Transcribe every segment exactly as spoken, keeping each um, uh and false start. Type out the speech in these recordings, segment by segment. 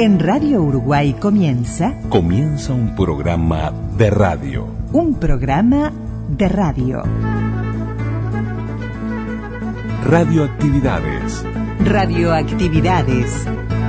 En Radio Uruguay comienza... Comienza un programa de radio. Un programa de radio. Radioactividades. Radioactividades.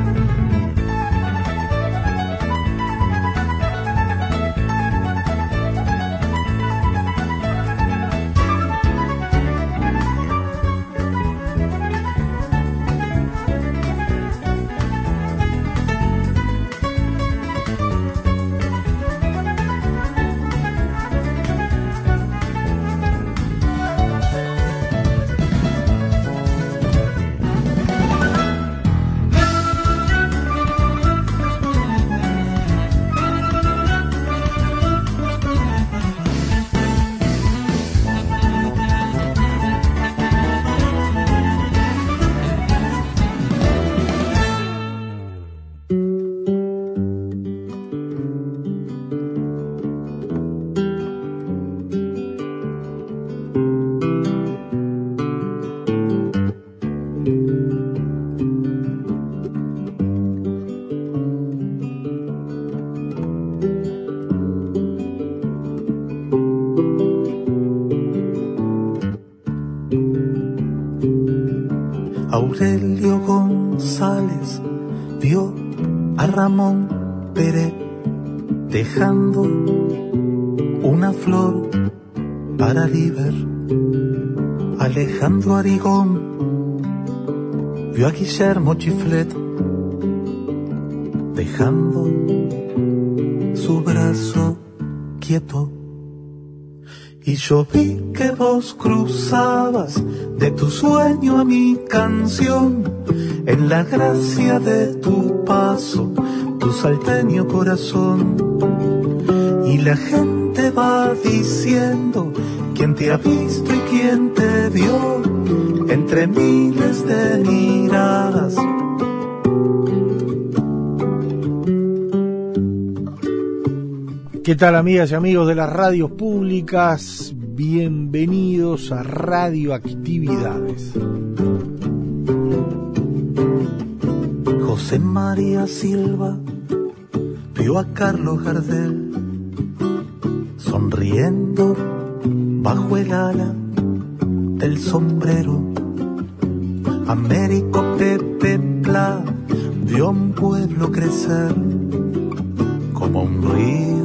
Aurelio González vio a Ramón Pérez dejando una flor para Liber. Alejandro Arigón vio a Guillermo Chiflet dejando su brazo quieto. Y yo vi que vos cruzabas de tu sueño a mi canción, en la gracia de tu paso, tu salteño corazón. Y la gente va diciendo quién te ha visto y quién te vio, entre miles de miradas. ¿Qué tal, amigas y amigos de las radios públicas? Bienvenidos a Radioactividades. José María Silva vio a Carlos Gardel sonriendo bajo el ala del sombrero. Américo Pepe Pla vio un pueblo crecer como un río.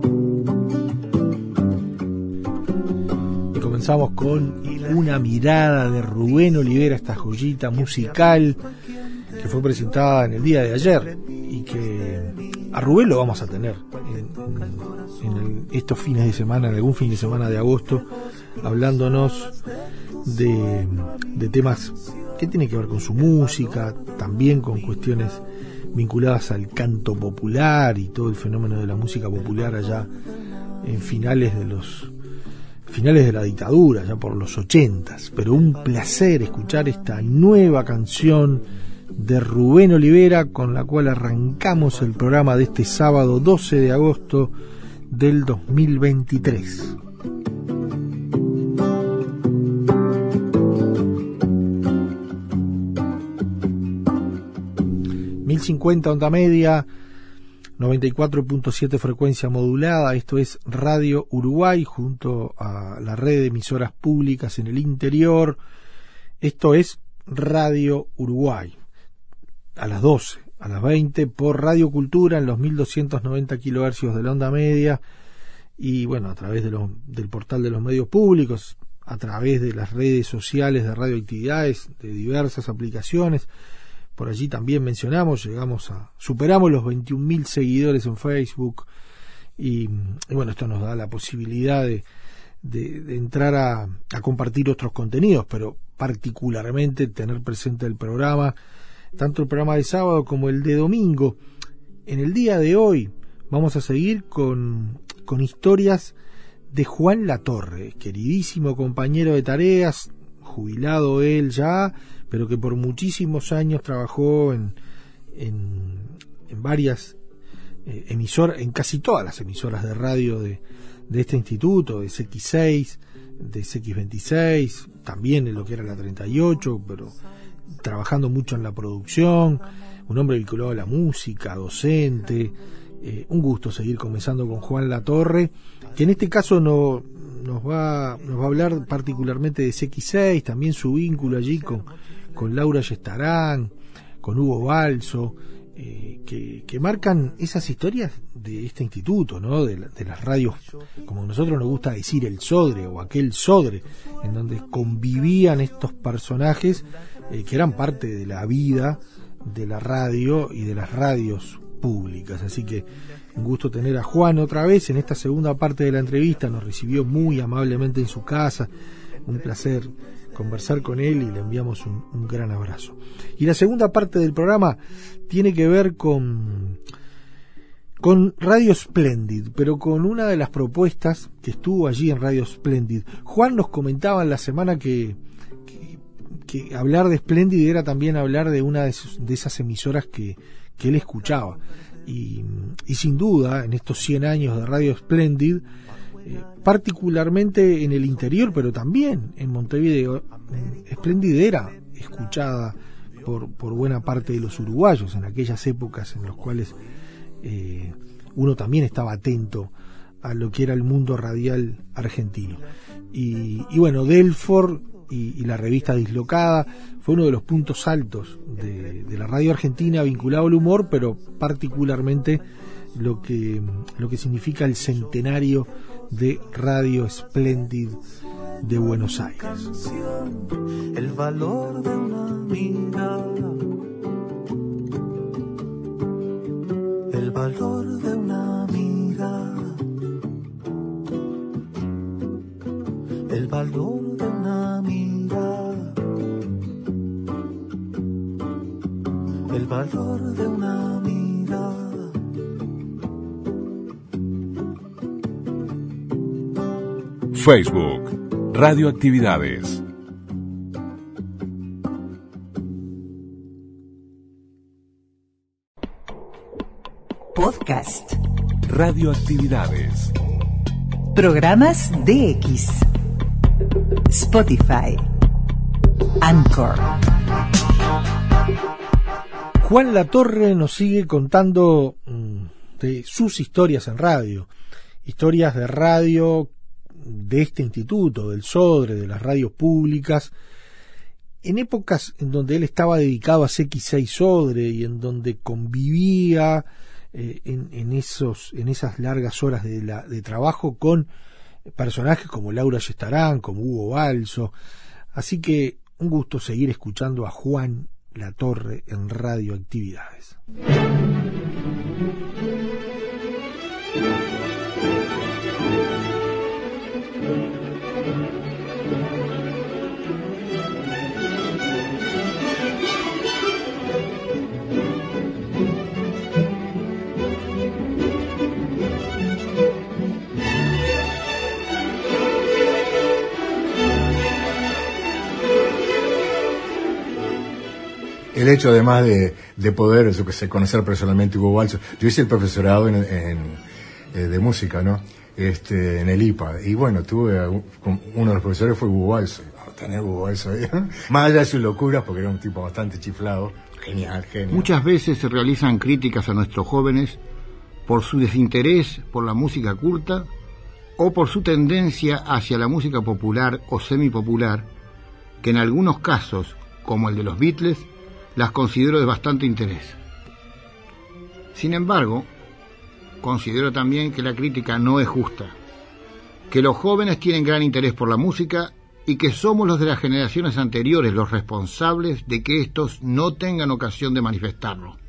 Comenzamos con Una mirada de Rubén Olivera, esta joyita musical que fue presentada en el día de ayer y que a Rubén lo vamos a tener en, en el, estos fines de semana, en algún fin de semana de agosto, hablándonos de, de temas que tienen que ver con su música, también con cuestiones vinculadas al canto popular y todo el fenómeno de la música popular allá en finales de los finales de la dictadura, ya por los ochentas. Pero un placer escuchar esta nueva canción de Rubén Olivera, con la cual arrancamos el programa de este sábado doce de agosto del dos mil veintitrés. mil cincuenta onda media, noventa y cuatro punto siete frecuencia modulada. Esto es Radio Uruguay junto a la red de emisoras públicas en el interior. Esto es Radio Uruguay a las doce, a las veinte por Radio Cultura en los mil doscientos noventa kilohercios de la onda media, y bueno, a través de los, del portal de los medios públicos, a través de las redes sociales de Radioactividades, de diversas aplicaciones. Por allí también mencionamos, llegamos a, superamos los veintiún mil seguidores en Facebook, y, y bueno, esto nos da la posibilidad de, de, de entrar a, a compartir otros contenidos, pero particularmente tener presente el programa, tanto el programa de sábado como el de domingo. En el día de hoy vamos a seguir con, con historias de Juan Latorre, queridísimo compañero de tareas, jubilado él ya, pero que por muchísimos años trabajó en, en, en varias eh, emisoras, en casi todas las emisoras de radio de, de este instituto, de C X seis, de C X veintiséis, también en lo que era la treinta y ocho, pero trabajando mucho en la producción, un hombre vinculado a la música, docente. Eh, un gusto seguir comenzando con Juan Latorre, que en este caso no, nos va nos va a hablar particularmente de C X seis, también su vínculo allí con, con Laura Yestarán, con Hugo Balso, eh, que, que marcan esas historias de este instituto, ¿no? De, de las radios, como a nosotros nos gusta decir, el Sodre o aquel Sodre, en donde convivían estos personajes eh, que eran parte de la vida de la radio y de las radios públicas. Así que un gusto tener a Juan otra vez en esta segunda parte de la entrevista. Nos recibió muy amablemente en su casa, un placer conversar con él y le enviamos un, un gran abrazo. Y la segunda parte del programa tiene que ver con con Radio Splendid, pero con una de las propuestas que estuvo allí en Radio Splendid. Juan nos comentaba en la semana que que, que hablar de Splendid era también hablar de una de, sus, de esas emisoras que que él escuchaba, y, y sin duda en estos cien años de Radio Splendid, eh, particularmente en el interior, pero también en Montevideo, eh, Splendid era escuchada por, por buena parte de los uruguayos en aquellas épocas en las cuales eh, uno también estaba atento a lo que era el mundo radial argentino. Y, y bueno, Delfort y, y la revista Dislocada fue uno de los puntos altos de, de la radio argentina vinculado al humor, pero particularmente lo que, lo que significa el centenario de Radio Splendid de Buenos Aires. El valor de una mirada, el valor de una mirada, el valor de una mirada, el valor de una mirada. Facebook, Radioactividades. Podcast. Radioactividades. Programas D X. Spotify. Anchor. Juan Latorre nos sigue contando mmm, de sus historias en radio, historias de radio de este instituto, del Sodre, de las radios públicas, en épocas en donde él estaba dedicado a C X seis Sodre y en donde convivía eh, en, en esos en esas largas horas de, la, de trabajo con personajes como Laura Yestarán, como Hugo Balso. Así que un gusto seguir escuchando a Juan Latorre en Radioactividades. El hecho, además de, de poder, yo que sé, conocer personalmente Hugo Balso. Yo hice el profesorado en, en, en, de música, ¿no? Este, en el I P A. Y bueno, tuve a, uno de los profesores fue Hugo Balso. Tener Hugo Balso ahí, más allá de sus locuras, porque era un tipo bastante chiflado. Genial, genial. Muchas veces se realizan críticas a nuestros jóvenes por su desinterés por la música culta o por su tendencia hacia la música popular o semipopular, que en algunos casos, como el de los Beatles, las considero de bastante interés. Sin embargo, considero también que la crítica no es justa, que los jóvenes tienen gran interés por la música y que somos los de las generaciones anteriores los responsables de que estos no tengan ocasión de manifestarlo.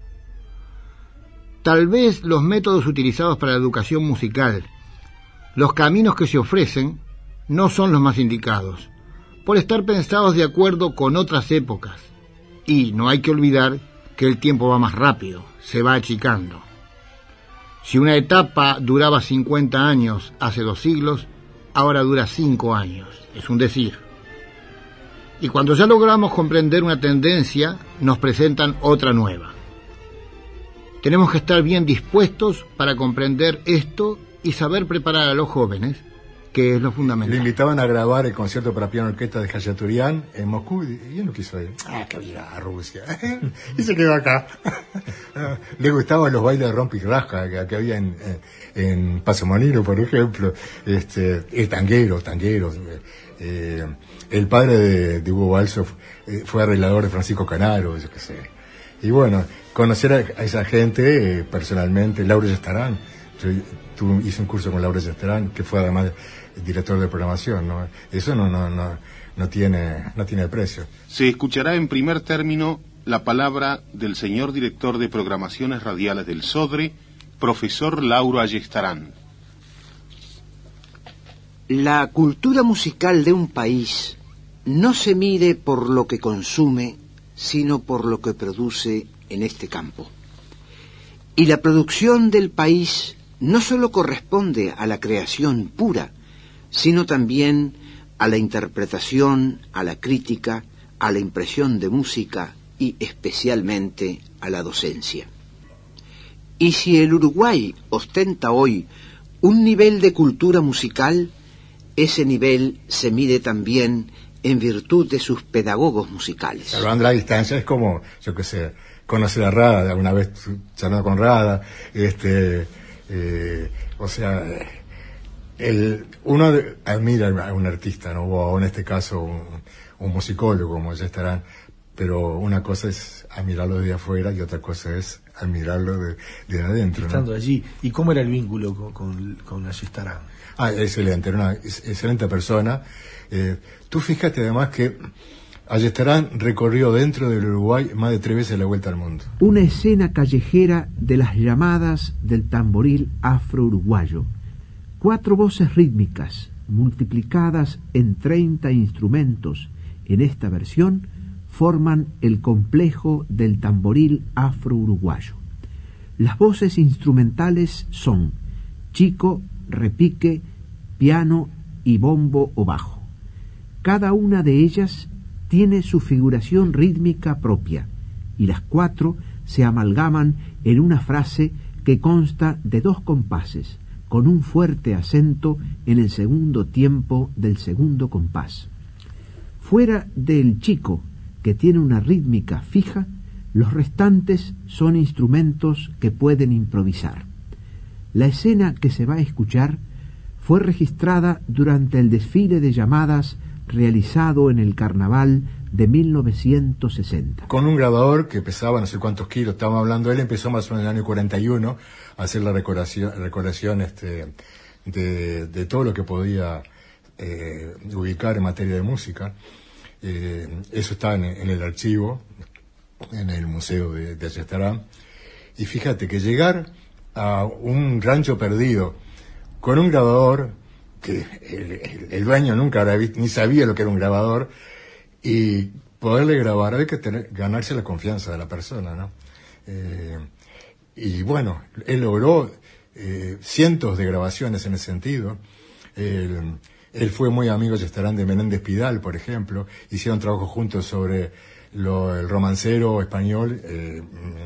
Tal vez los métodos utilizados para la educación musical, los caminos que se ofrecen, no son los más indicados, por estar pensados de acuerdo con otras épocas. Y no hay que olvidar que el tiempo va más rápido, se va achicando. Si una etapa duraba cincuenta años hace dos siglos, ahora dura cinco años, es un decir. Y cuando ya logramos comprender una tendencia, nos presentan otra nueva. Tenemos que estar bien dispuestos para comprender esto y saber preparar a los jóvenes que es lo Le fundamental. invitaban a grabar el concierto para piano orquesta de Khachaturian en Moscú y él no quiso ir. Ah, que ir a Rusia. Y se quedó acá. Le gustaban los bailes de rompe y rasca que, que había en, en, en Paso Monino, por ejemplo. Este, el tanguero, tanguero. Eh, el padre de, de Hugo Balso fue, fue arreglador de Francisco Canaro, yo qué sé. Y bueno, conocer a, a esa gente eh, personalmente, Laura Yestarán. Yo tu, hice un curso con Laura Yestarán, que fue además director de programación, ¿no? Eso no, no, no, no tiene, no tiene precio. Se escuchará en primer término la palabra del señor director de programaciones radiales del SODRE, profesor Lauro Ayestarán. La cultura musical de un país no se mide por lo que consume, sino por lo que produce en este campo. Y la producción del país no solo corresponde a la creación pura, sino también a la interpretación, a la crítica, a la impresión de música y especialmente a la docencia. Y si el Uruguay ostenta hoy un nivel de cultura musical, ese nivel se mide también en virtud de sus pedagogos musicales. Salvando la distancia es como, yo qué sé, conocer a Rada, alguna vez charlando con Rada, este, eh, o sea, el, uno de, admira a un artista, ¿no? O en este caso un, un musicólogo, como ya estarán, pero una cosa es admirarlo desde afuera y otra cosa es admirarlo de, de adentro, estando ¿no? allí. ¿Y cómo era el vínculo con, con, con Ayestarán? Ah, excelente, era una excelente persona. Eh, tú fíjate además que Ayestarán recorrió dentro del Uruguay más de tres veces la vuelta al mundo. Una escena callejera de las llamadas del tamboril afro-uruguayo. Cuatro voces rítmicas, multiplicadas en treinta instrumentos en esta versión, forman el complejo del tamboril afro-uruguayo. Las voces instrumentales son chico, repique, piano y bombo o bajo. Cada una de ellas tiene su figuración rítmica propia, y las cuatro se amalgaman en una frase que consta de dos compases, con un fuerte acento en el segundo tiempo del segundo compás. Fuera del chico, que tiene una rítmica fija, los restantes son instrumentos que pueden improvisar. La escena que se va a escuchar fue registrada durante el desfile de llamadas realizado en el Carnaval de mil novecientos sesenta. Con un grabador que pesaba no sé cuántos kilos, estábamos hablando, él empezó más o menos en el año cuarenta y uno a hacer la recordación, recordación este, de, de todo lo que podía eh, ubicar en materia de música. Eh, eso está en, en el archivo, en el museo de, de Ayestarán. Y fíjate que llegar a un rancho perdido con un grabador que el, el, el dueño nunca había visto, ni sabía lo que era un grabador, y poderle grabar, hay que tener, ganarse la confianza de la persona, ¿no? Eh, y bueno, él logró eh, cientos de grabaciones en ese sentido. Él, él fue muy amigo de Ayestarán de Menéndez Pidal, por ejemplo, hicieron trabajo juntos sobre lo, el romancero español eh,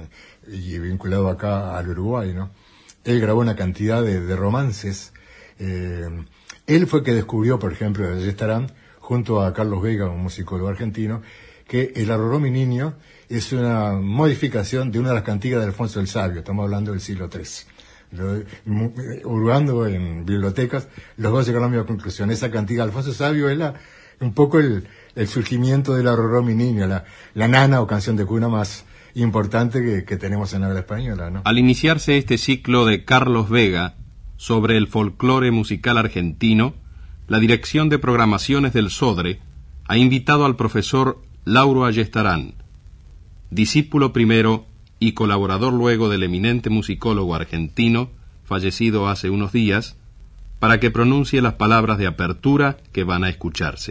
y vinculado acá al Uruguay, ¿no? Él grabó una cantidad de, de romances. Eh, él fue que descubrió, por ejemplo, de Ayestarán, junto a Carlos Vega, un musicólogo argentino, que el Arroró mi niño es una modificación de una de las cantigas de Alfonso el Sabio. Estamos hablando del siglo trece. Lo, hurgando en bibliotecas, los dos llegaron a la misma conclusión. Esa cantiga de Alfonso el Sabio es la, un poco el, el surgimiento del Arroró mi niño, la, la nana o canción de cuna más importante que, que tenemos en habla española, ¿no? Al iniciarse este ciclo de Carlos Vega sobre el folclore musical argentino, la Dirección de Programaciones del SODRE ha invitado al profesor Lauro Ayestarán, discípulo primero y colaborador luego del eminente musicólogo argentino, fallecido hace unos días, para que pronuncie las palabras de apertura que van a escucharse.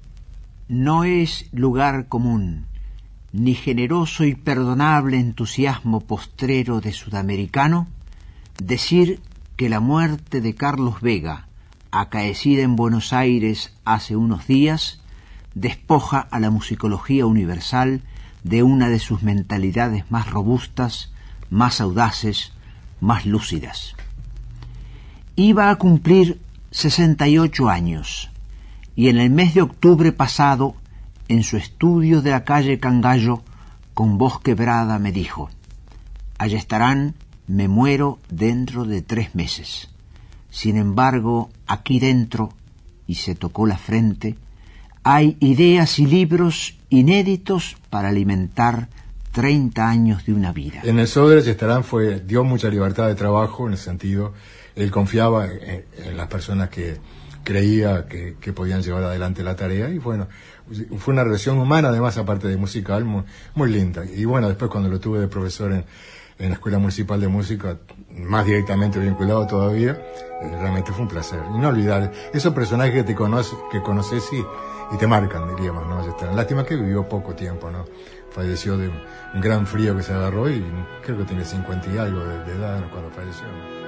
No es lugar común, ni generoso y perdonable entusiasmo postrero de sudamericano, decir que la muerte de Carlos Vega, acaecida en Buenos Aires hace unos días, despoja a la musicología universal de una de sus mentalidades más robustas, más audaces, más lúcidas. Iba a cumplir sesenta y ocho años y en el mes de octubre pasado, en su estudio de la calle Cangallo, con voz quebrada me dijo: Ayestarán, me muero dentro de tres meses. Sin embargo, aquí dentro, y se tocó la frente, hay ideas y libros inéditos para alimentar treinta años de una vida. En el Sodre Ayestarán fue, dio mucha libertad de trabajo, en el sentido, él confiaba en, en las personas que creía que, que podían llevar adelante la tarea, y bueno, fue una relación humana, además, aparte de musical, muy, muy linda. Y bueno, después cuando lo tuve de profesor en, en la Escuela Municipal de Música, más directamente vinculado todavía, eh, realmente fue un placer. Y no olvidar esos personajes que te conoces, que conoces y, y te marcan, diríamos, ¿no? Lástima que vivió poco tiempo, ¿no? Falleció de un, un gran frío que se agarró y creo que tiene cincuenta y algo de, de edad, ¿no?, cuando falleció, ¿no?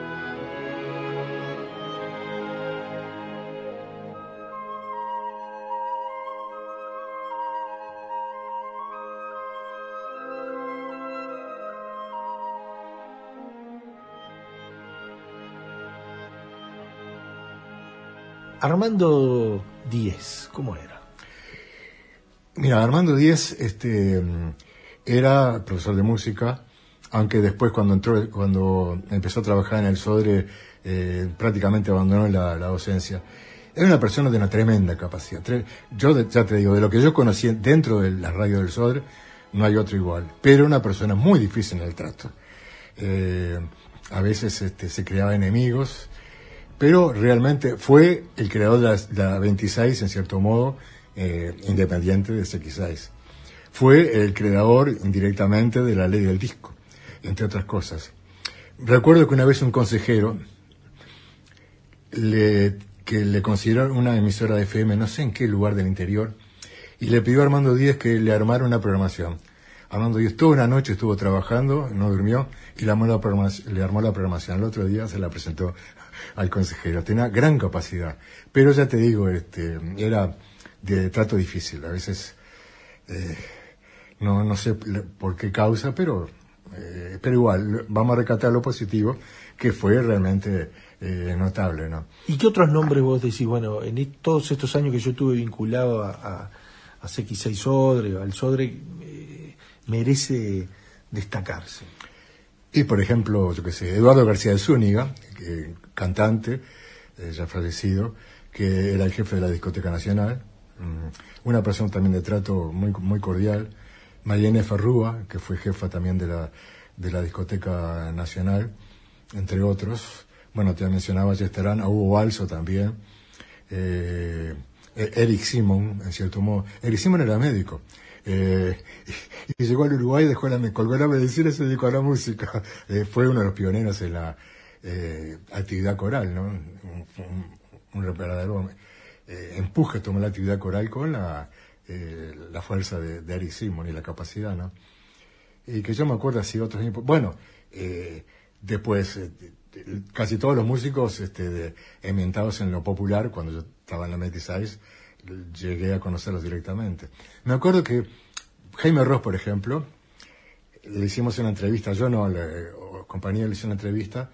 Armando Díez, ¿cómo era? Mira, Armando Díez este, era profesor de música, aunque después cuando entró, cuando empezó a trabajar en el Sodre, eh, prácticamente abandonó la, la docencia. Era una persona de una tremenda capacidad. Yo de, ya te digo, de lo que yo conocí dentro de la radio del Sodre, no hay otro igual. Pero una persona muy difícil en el trato. Eh, a veces este, se creaba enemigos, pero realmente fue el creador de la, la veintiséis, en cierto modo, eh, independiente de X seis. Fue el creador indirectamente de la ley del disco, entre otras cosas. Recuerdo que una vez un consejero le, que le consideró una emisora de F M, no sé en qué lugar del interior, y le pidió a Armando Díez que le armara una programación. Armando Díez toda una noche estuvo trabajando, no durmió, y le armó la programación, le armó la programación. El otro día se la presentó al consejero. Tenía gran capacidad, pero ya te digo, este, era de trato difícil. A veces, eh, no, no sé por qué causa, pero, eh, pero igual, vamos a recatar lo positivo, que fue realmente eh, notable, ¿no? ¿Y qué otros nombres vos decís? Bueno, en est- todos estos años que yo estuve vinculado a, a, a C X seis Sodre, al Sodre, eh, merece destacarse. Y por ejemplo, yo qué sé, Eduardo García de Zúñiga, que, cantante, eh, ya fallecido, que era el jefe de la Discoteca Nacional, um, una persona también de trato muy muy cordial. Mariana Ferrúa, que fue jefa también de la de la Discoteca Nacional, entre otros. Bueno, te mencionaba Ayestarán, a Hugo Balso también, eh, Eric Simon, en cierto modo. Eric Simon era médico. Eh, y, y llegó al Uruguay, dejó la, me colgó la medicina y se dedicó a la música. Eh, fue uno de los pioneros en la eh, actividad coral, ¿no? Un, un, un verdadero eh, empuje tomó la actividad coral con la, eh, la fuerza de, de Eric Simon y la capacidad, ¿no? Y que yo me acuerdo así otros tiempos. Bueno, eh, después, eh, casi todos los músicos este, de, ambientados en lo popular, cuando yo estaba en la veintiséis, llegué a conocerlos directamente. Me acuerdo que Jaime Ross, por ejemplo, le hicimos una entrevista, yo no, le, o compañía le hizo una entrevista,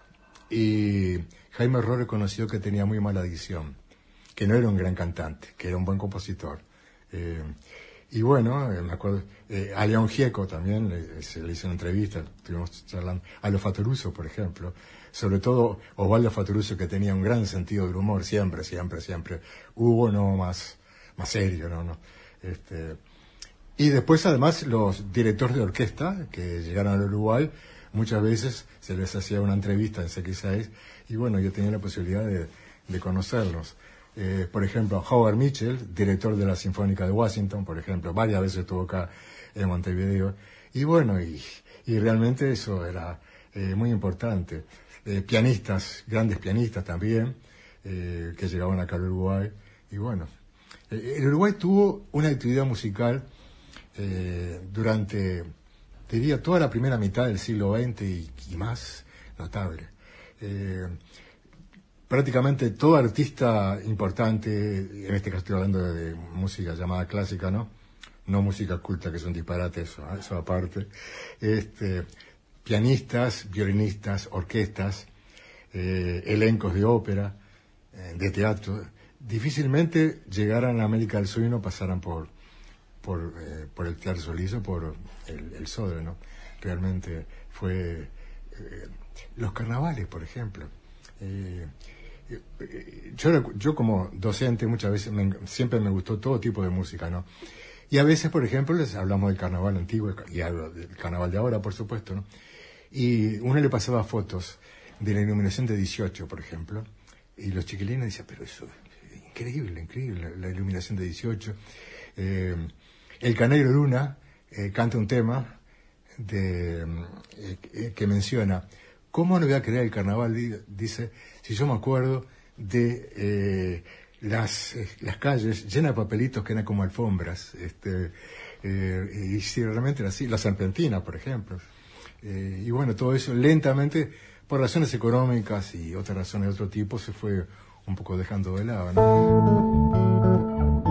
y Jaime Ross reconoció que tenía muy mala dicción, que no era un gran cantante, que era un buen compositor. Eh, y bueno, eh, me acuerdo, eh, a León Gieco también le, se le hizo una entrevista, estuvimos charlando, a Lo Fatoruso, por ejemplo, sobre todo Osvaldo Fatoruso, que tenía un gran sentido del humor, siempre, siempre, siempre. Hugo no, más, más serio, no, no. Este, y después, además, los directores de orquesta que llegaron al Uruguay, muchas veces se les hacía una entrevista en C X seis, y bueno, yo tenía la posibilidad de, de conocerlos. Eh, por ejemplo, Howard Mitchell, director de la Sinfónica de Washington, por ejemplo, varias veces estuvo acá en Montevideo, y bueno, y, y realmente eso era eh, muy importante. Eh, pianistas, grandes pianistas también, eh, que llegaban acá al Uruguay. Y bueno, eh, el Uruguay tuvo una actividad musical eh, durante, diría, toda la primera mitad del siglo veinte y, y más notable. Eh, prácticamente todo artista importante, en este caso estoy hablando de, de música llamada clásica, ¿no? No música culta, que es un disparate, eso, eso aparte. Este... pianistas, violinistas, orquestas, eh, elencos de ópera, eh, de teatro, difícilmente llegaran a América del Sur y no pasaran por por, eh, por el Teatro Solís o por el, el Sodre, ¿no? Realmente fue... Eh, los carnavales, por ejemplo. Eh, eh, yo, yo como docente muchas veces me, siempre me gustó todo tipo de música, ¿no? Y a veces, por ejemplo, les hablamos del carnaval antiguo y del carnaval de ahora, por supuesto, ¿no? Y uno le pasaba fotos de la iluminación de dieciocho, por ejemplo, y los chiquilines decían, pero eso es increíble, increíble, la iluminación de dieciocho. Eh, el Canegro Luna eh, canta un tema de, eh, que menciona, ¿cómo no voy a creer el carnaval? Dice, si yo me acuerdo de eh, las, eh, las calles llenas de papelitos que eran como alfombras, este, eh, y si realmente era así, la serpentina, por ejemplo. Eh, y bueno, todo eso lentamente, por razones económicas y otras razones de otro tipo, se fue un poco dejando de lado, ¿no?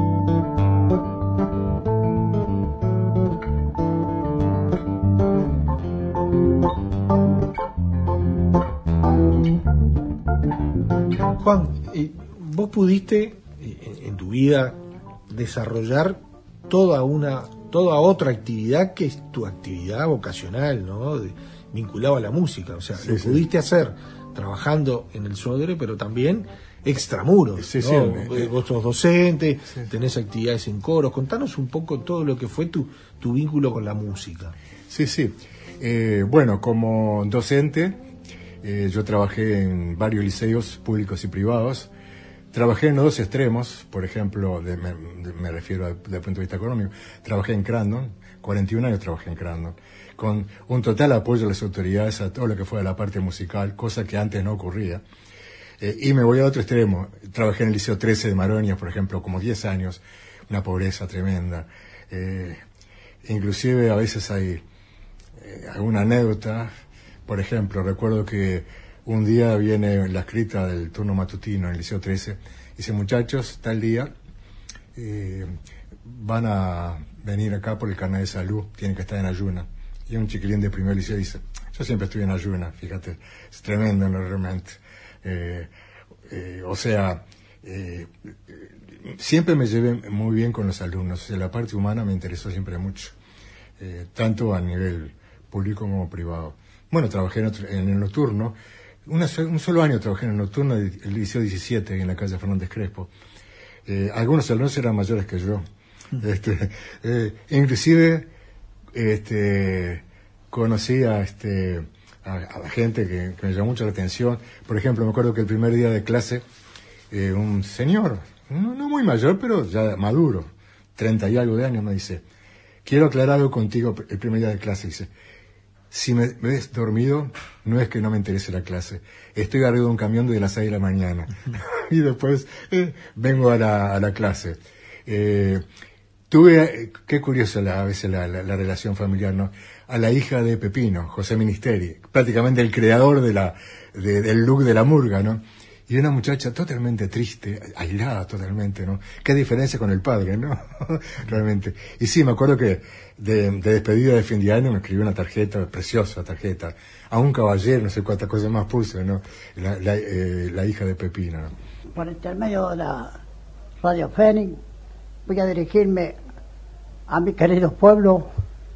Juan, eh, vos pudiste eh, en tu vida desarrollar toda una toda otra actividad que es tu actividad vocacional, ¿no? De, vinculado a la música, o sea, sí, lo sí. pudiste hacer trabajando en el Sodre, pero también extramuros, sí, ¿no? Sí, eh, vos sos docente, sí, tenés actividades en coros. Contanos un poco todo lo que fue tu, tu vínculo con la música. Sí, sí. Eh, bueno, como docente, eh, yo trabajé en varios liceos públicos y privados. Trabajé en los dos extremos, por ejemplo, de, me, de, me refiero a, desde el punto de vista económico. Trabajé en Crandon, cuarenta y un años trabajé en Crandon, con un total apoyo de las autoridades a todo lo que fue la parte musical, cosa que antes no ocurría. Eh, y me voy a otro extremo. Trabajé en el Liceo trece de Maronia, por ejemplo, como diez años, una pobreza tremenda. Eh, inclusive a veces hay eh, alguna anécdota. Por ejemplo, recuerdo que un día viene la escrita del turno matutino en el Liceo trece, dice, muchachos, tal día eh, van a venir acá por el carnet de salud, tienen que estar en ayuna. Y un chiquilín de primer liceo dice, yo siempre estuve en ayuna, fíjate, es tremendo, ¿no? Realmente. Eh, eh, o sea, eh, siempre me llevé muy bien con los alumnos, o sea, la parte humana me interesó siempre mucho, eh, tanto a nivel público como privado. Bueno, trabajé en, otro, en el nocturno, una, un solo año trabajé en el nocturno del Liceo diecisiete, en la calle Fernández Crespo. Eh, algunos alumnos eran mayores que yo, este, eh, inclusive este, conocí a este a, a la gente que, que me llamó mucho la atención. Por ejemplo, me acuerdo que el primer día de clase, eh, un señor, no, no muy mayor, pero ya maduro, treinta y algo de años, me dice, quiero aclarar algo contigo el primer día de clase. Dice, si me ves dormido, no es que no me interese la clase. Estoy arriba de un camión desde las seis de la mañana. Y después eh, vengo a la, a la clase. Eh, tuve, qué curioso la, a veces la, la, la relación familiar, ¿no? A la hija de Pepino, José Ministeri, prácticamente el creador de la, de, del look de la murga, ¿no? Y una muchacha totalmente triste, aislada totalmente, ¿no? Qué diferencia con el padre, ¿no? Realmente. Y sí, me acuerdo que de, de despedida de fin de año me escribió una tarjeta, preciosa tarjeta, a un caballero, no sé cuántas cosas más puse, ¿no? La, la, eh, la hija de Pepino, ¿no? Por intermedio de la Radio Fénix, voy a dirigirme a mi querido pueblo,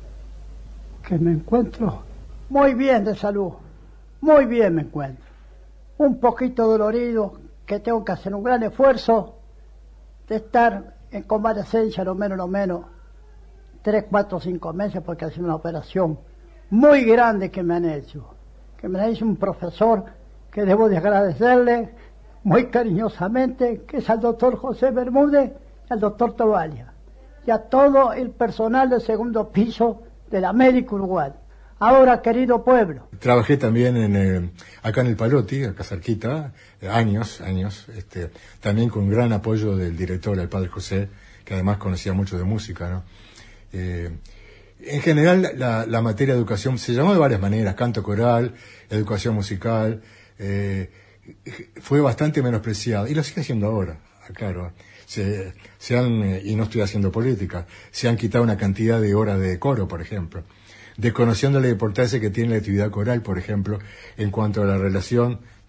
que me encuentro muy bien de salud, muy bien me encuentro. Un poquito dolorido, que tengo que hacer un gran esfuerzo de estar en convalecencia, lo menos, lo menos, tres, cuatro, cinco meses, porque ha sido una operación muy grande que me han hecho, que me ha hecho un profesor que debo de agradecerle muy cariñosamente, que es al doctor José Bermúdez y al doctor Tobalia, y a todo el personal del segundo piso de la Médica Uruguay. Ahora, querido pueblo. Trabajé también en eh, acá en el Palotti, acá cerquita, eh, años, años, este, también con gran apoyo del director, el padre José, que además conocía mucho de música, ¿no? Eh, en general, la, la materia de educación se llamó de varias maneras, canto coral, educación musical, eh, fue bastante menospreciada, y lo sigue haciendo ahora, claro. Se, se han, eh, y no estoy haciendo política, se han quitado una cantidad de horas de coro, por ejemplo, desconociendo la importancia que tiene la actividad coral, por ejemplo, en cuanto a la relación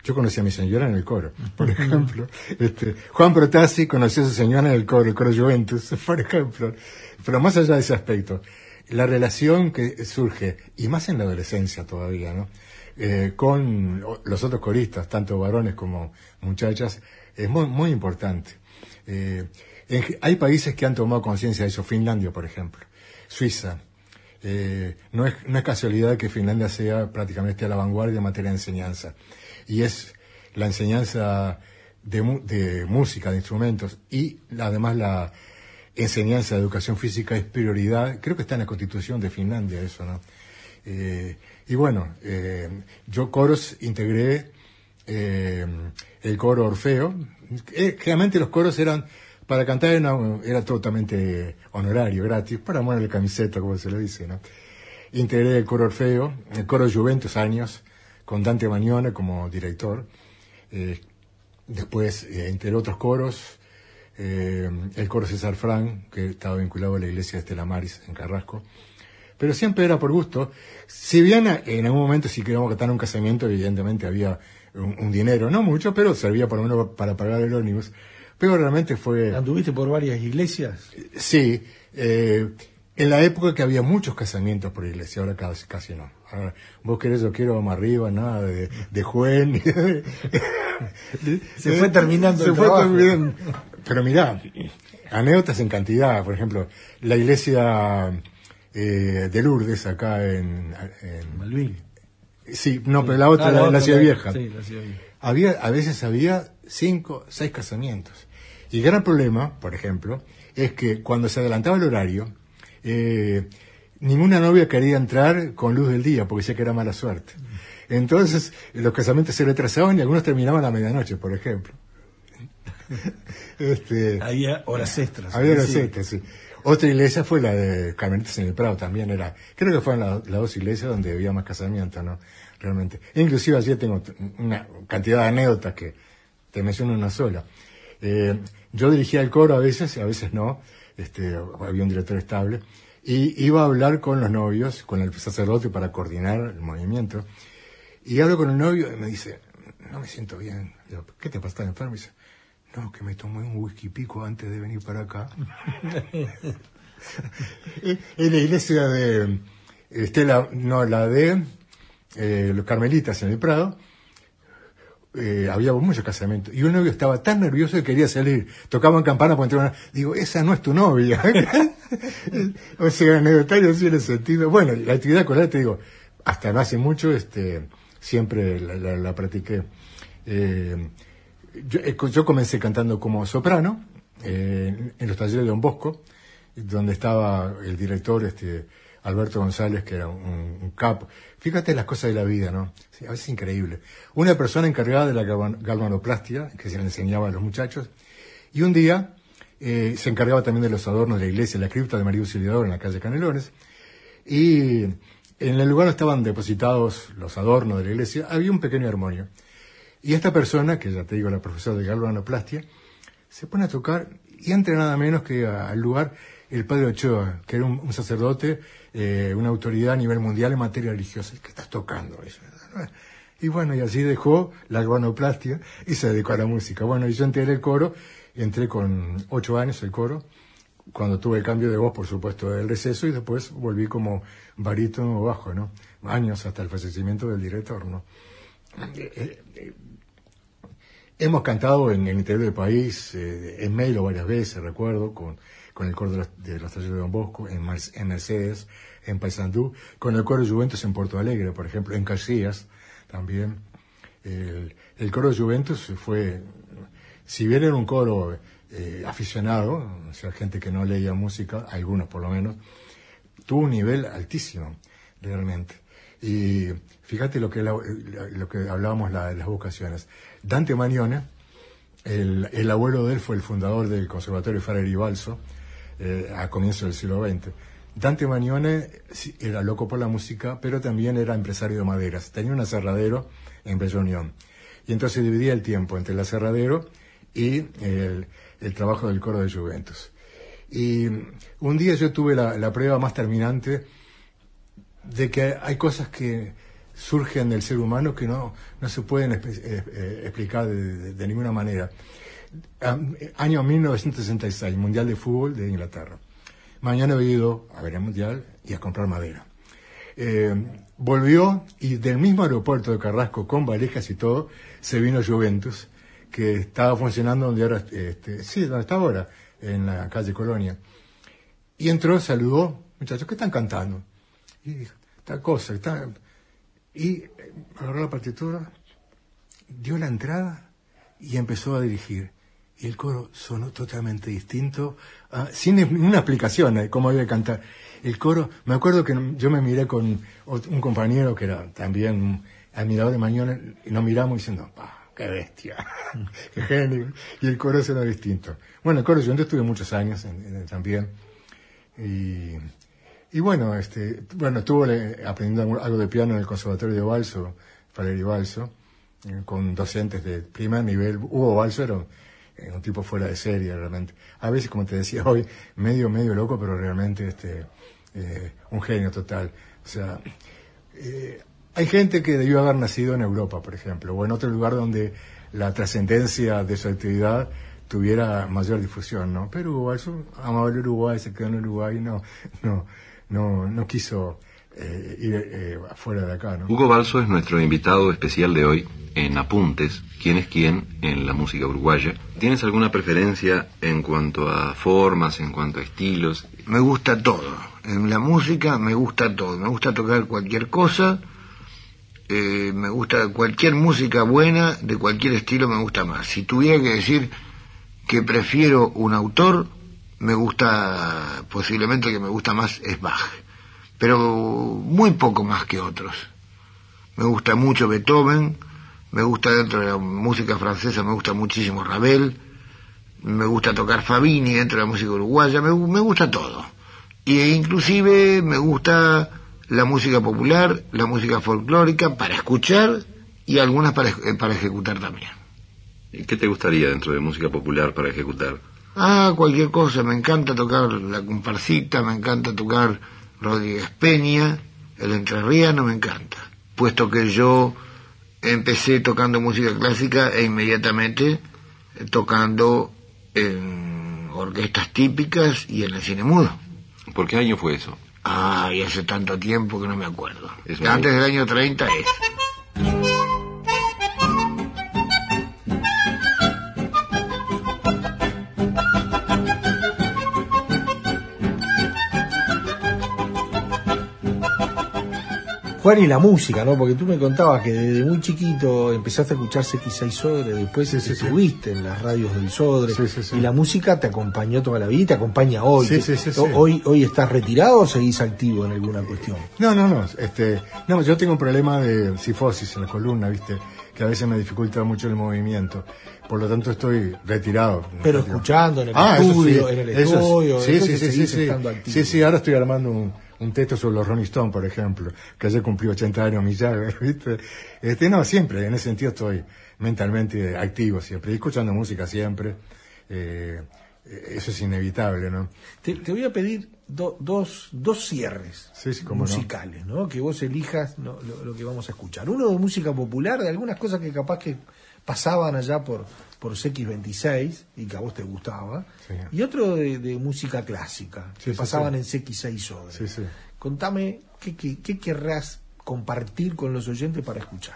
Yo conocí a mi señora en el coro, por ejemplo. Este, Juan Protasi conoció a su señora en el coro, el coro Juventus, por ejemplo. Pero más allá de ese aspecto, la relación que surge, y más en la adolescencia todavía, ¿no? Eh, con los otros coristas, tanto varones como muchachas, es muy, muy importante. Eh, en, hay países que han tomado conciencia de eso, Finlandia, por ejemplo, Suiza. Eh, no es, no es casualidad que Finlandia sea prácticamente a la vanguardia en materia de enseñanza. Y es la enseñanza de, de música, de instrumentos, y además la enseñanza de educación física es prioridad. Creo que está en la Constitución de Finlandia eso, ¿no? Eh, y bueno, eh, yo coros integré eh, el coro Orfeo. Eh, generalmente los coros eran, para cantar era, era totalmente honorario, gratis, para ponerle camiseta, como se le dice, ¿no? Integré el coro Orfeo, el coro Juventus años, con Dante Magnone como director. Eh, después eh, integré otros coros, eh, el coro César Frank, que estaba vinculado a la iglesia de Estela Maris en Carrasco. Pero siempre era por gusto. Si bien en algún momento, si queríamos cantar un casamiento, evidentemente había un, un dinero, no mucho, pero servía por lo menos para pagar el ómnibus. Pero realmente fue... ¿Anduviste por varias iglesias? Sí. Eh, en la época que había muchos casamientos por iglesia, ahora casi, casi no. Ahora, vos querés, yo quiero, vamos arriba, nada de, de Juan. Se fue terminando Se el fue trabajo. terminando. Pero mirá, anécdotas en cantidad. Por ejemplo, la iglesia... Eh, de Lourdes, acá en, en Malvin. Sí, no, pero la otra, ah, la, la, la otra, Ciudad la, Vieja. Sí, la Ciudad Vieja. Había, a veces había cinco, seis casamientos. Y el gran problema, por ejemplo, es que cuando se adelantaba el horario, eh, ninguna novia quería entrar con luz del día, porque decía que era mala suerte. Entonces, los casamientos se retrasaban y algunos terminaban a medianoche, por ejemplo. este, había horas extras. Había horas sí. extras, sí. Otra iglesia fue la de Carmelitas en el Prado, también era, creo que fueron la, las dos iglesias donde había más casamientos, ¿no? Realmente. Inclusive allí tengo una cantidad de anécdotas que te menciono una sola. Eh, yo dirigía el coro a veces, a veces no, este, había un director estable, y iba a hablar con los novios, con el sacerdote para coordinar el movimiento, y hablo con el novio y me dice, no me siento bien. Digo, ¿qué te pasa? ¿Estás enfermo? Y dice, no, que me tomé un whisky pico antes de venir para acá. En la iglesia de Estela, no, la de eh, los Carmelitas en el Prado, eh, había muchos casamientos. Y un novio estaba tan nervioso que quería salir. Tocaban campana para entrar. Digo, esa no es tu novia. O sea, anecdotario sí en ese sentido. Bueno, la actividad coral, te digo, hasta no hace mucho, este, siempre la, la, la practiqué. Eh, Yo, yo comencé cantando como soprano eh, en los talleres de Don Bosco, donde estaba el director este Alberto González, que era un, un capo. Fíjate las cosas de la vida, ¿no? Sí, a veces es increíble. Una persona encargada de la galvanoplastia, que se le enseñaba a los muchachos, y un día eh, se encargaba también de los adornos de la iglesia, la cripta de María Auxiliadora en la calle Canelones, y en el lugar donde estaban depositados los adornos de la iglesia había un pequeño armonio. Y esta persona, que ya te digo, la profesora de galvanoplastia, se pone a tocar y entra nada menos que al lugar el padre Ochoa, que era un, un sacerdote, eh, una autoridad a nivel mundial en materia religiosa. ¿Qué estás tocando? Y bueno, y así dejó la galvanoplastia y se dedicó a la música. Bueno, y yo entré el coro, entré con ocho años el coro, cuando tuve el cambio de voz, por supuesto, del receso, y después volví como barítono bajo, ¿no? Años hasta el fallecimiento del director, ¿no? Eh, eh, eh, Hemos cantado en el interior del país, eh, en Melo varias veces, recuerdo, con, con el coro de los, de los talleres de Don Bosco, en, Mar, en Mercedes, en Paysandú, con el coro de Juventus en Porto Alegre, por ejemplo, en Caxias también. El, el coro de Juventus fue, si bien era un coro eh, aficionado, o sea, gente que no leía música, algunos por lo menos, tuvo un nivel altísimo, realmente. Y fíjate lo que, la, lo que hablábamos la, de las vocaciones. Dante Magnone, el, el abuelo de él fue el fundador del Conservatorio Ferrer Balso, eh, a comienzos del siglo veinte. Dante Magnone era loco por la música, pero también era empresario de maderas. Tenía un aserradero en Bella Unión. Y entonces dividía el tiempo entre el aserradero y el, el trabajo del coro de Juventus. Y un día yo tuve la, la prueba más terminante de que hay cosas que surgen del ser humano que no, no se pueden espe- eh, explicar de, de, de ninguna manera. Um, año mil novecientos sesenta y seis, Mundial de Fútbol de Inglaterra. Mañana he ido a ver el Mundial y a comprar madera. Eh, volvió y del mismo aeropuerto de Carrasco, con valijas y todo, se vino Juventus, que estaba funcionando donde ahora, este, sí, donde está ahora, en la calle Colonia. Y entró, saludó, muchachos, ¿qué están cantando? Y dijo, tal cosa, está... Y agarró la partitura, dio la entrada y empezó a dirigir. Y el coro sonó totalmente distinto, uh, sin ninguna explicación de cómo había que cantar. El coro, me acuerdo que yo me miré con un compañero que era también admirador de Mañón, y nos miramos diciendo, ¡pah, qué bestia! ¡Qué genio! Y el coro sonó distinto. Bueno, el coro yo estuve muchos años en, en, también. Y... Y bueno, este, bueno, estuve aprendiendo algo de piano en el Conservatorio de Balso, Valerio Balso, eh, con docentes de primer nivel. Hugo Balso era un, eh, un tipo fuera de serie, realmente. A veces, como te decía hoy, medio, medio loco, pero realmente este, eh, un genio total. O sea, eh, hay gente que debió haber nacido en Europa, por ejemplo, o en otro lugar donde la trascendencia de su actividad tuviera mayor difusión, ¿no? Pero Hugo Balso amaba el Uruguay, se quedó en Uruguay, no, no. No, no quiso eh, ir eh, afuera de acá, ¿no? Hugo Balso es nuestro invitado especial de hoy en Apuntes, quién es quién en la música uruguaya. ¿Tienes alguna preferencia en cuanto a formas, en cuanto a estilos? Me gusta todo. En la música me gusta todo. Me gusta tocar cualquier cosa. Eh, me gusta cualquier música buena, de cualquier estilo me gusta más. Si tuviera que decir que prefiero un autor, me gusta, posiblemente el que me gusta más es Bach, pero muy poco más que otros. Me gusta mucho Beethoven, me gusta dentro de la música francesa, me gusta muchísimo Ravel, me gusta tocar Fabini dentro de la música uruguaya, me, me gusta todo. E inclusive me gusta la música popular, la música folclórica, para escuchar y algunas para, para ejecutar también. ¿Y qué te gustaría dentro de música popular para ejecutar? Ah, cualquier cosa, me encanta tocar la comparsita, me encanta tocar Rodríguez Peña, el entrerriano, me encanta. Puesto que yo empecé tocando música clásica e inmediatamente tocando en orquestas típicas y en el cine mudo. ¿Por qué año fue eso? Ah, y hace tanto tiempo que no me acuerdo. Es Antes del año treinta es. Juan, y la música, ¿no? Porque tú me contabas que desde muy chiquito empezaste a escuchar C X seis Sodre, después sí, sí, estuviste sí. en las radios del Sodre, sí, sí, sí. y la música te acompañó toda la vida y te acompaña hoy. Sí, sí, sí, sí. ¿Hoy, ¿Hoy estás retirado o seguís activo en alguna cuestión? No, no, no. Este, no, yo tengo un problema de cifosis en la columna, ¿viste? Que a veces me dificulta mucho el movimiento. Por lo tanto estoy retirado. Pero escuchando en el ah, estudio, sí, en el estudio. Sí, sí, sí, sí, sí. Sí, sí, ahora estoy armando un, un texto sobre los Rolling Stones, por ejemplo, que ayer cumplió ochenta años mi Jagger, ¿viste? Este, no, siempre, en ese sentido estoy mentalmente activo siempre, y escuchando música siempre. Eh, eso es inevitable, ¿no? Te, te voy a pedir do, dos, dos cierres sí, sí, musicales, ¿no? ¿no? Que vos elijas no, lo, lo que vamos a escuchar. Uno de música popular, de algunas cosas que capaz que pasaban allá por, por C X veintiséis y que a vos te gustaba, sí. y otro de, de música clásica, sí, que sí, pasaban sí. en C X seis Sodre. Sí, sí. Contame, ¿qué, qué, qué querrás compartir con los oyentes para escuchar?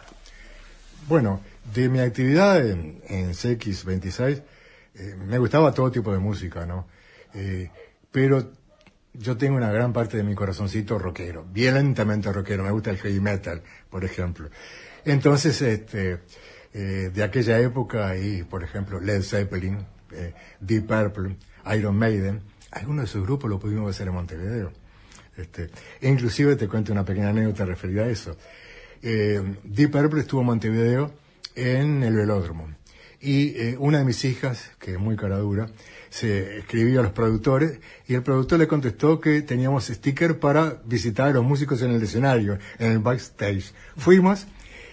Bueno, de mi actividad en, en C X veintiséis, eh, me gustaba todo tipo de música, ¿no? Eh, pero yo tengo una gran parte de mi corazoncito rockero, violentamente rockero, me gusta el heavy metal, por ejemplo. Entonces, este, eh, de aquella época, y por ejemplo, Led Zeppelin, eh, Deep Purple, Iron Maiden, algunos de esos grupos lo pudimos hacer en Montevideo. Este, e inclusive te cuento una pequeña anécdota referida a eso. Eh, Deep Purple estuvo en Montevideo en el velódromo. Y eh, una de mis hijas, que es muy cara dura, se escribió a los productores y el productor le contestó que teníamos sticker para visitar a los músicos en el escenario, en el backstage. Fuimos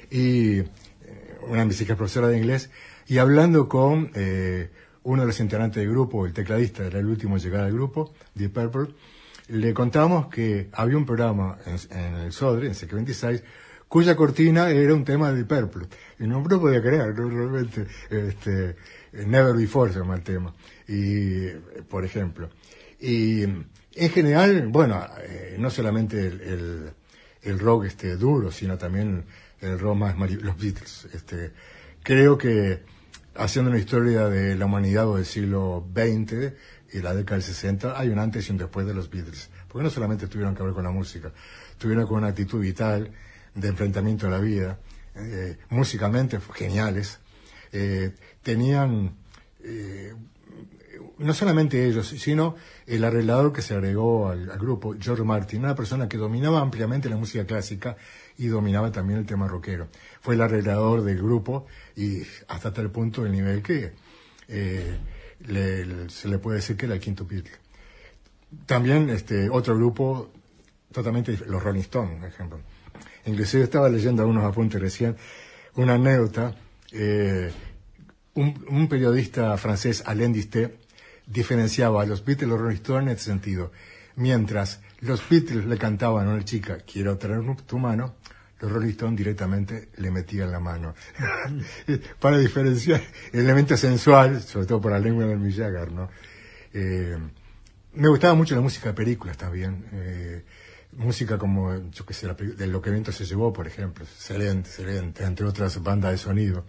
y eh, una de mis hijas profesora de inglés, y hablando con eh, uno de los integrantes del grupo, el tecladista, era el último en llegar al grupo, Deep Purple, le contamos que había un programa en, en el Sodre, en C X veintiséis, cuya cortina era un tema de Purple. Y no lo podía creer, ¿no? Realmente, este, Never Before se llama el tema. Y, por ejemplo. Y en general, bueno, eh, no solamente el, el, el rock este duro, sino también el rock más mari- los Beatles. Este, creo que haciendo una historia de la humanidad o del siglo veinte y la década del sesenta, hay un antes y un después de los Beatles. Porque no solamente tuvieron que ver con la música, tuvieron con una actitud vital de enfrentamiento a la vida, eh, musicalmente geniales, eh, tenían, eh, no solamente ellos, sino el arreglador que se agregó al, al grupo, George Martin, una persona que dominaba ampliamente la música clásica y dominaba también el tema rockero. Fue el arreglador del grupo y hasta tal punto el nivel que eh, le, le, se le puede decir que era el quinto Beatle. También este otro grupo totalmente, los Rolling Stones, por ejemplo. Inclusive estaba leyendo algunos apuntes recién, una anécdota, eh, un, un periodista francés, Alain Disté, diferenciaba a los Beatles y los Rolling Stones en este sentido. Mientras los Beatles le cantaban a una chica, quiero tener tu mano, los Rolling Stones directamente le metían la mano. Para diferenciar el elemento sensual, sobre todo por la lengua del Mick Jagger, ¿no? Eh, me gustaba mucho la música de películas también. Eh, música como, yo qué sé, la, de Lo que viento se llevó, por ejemplo. Excelente, excelente, entre otras bandas de sonido.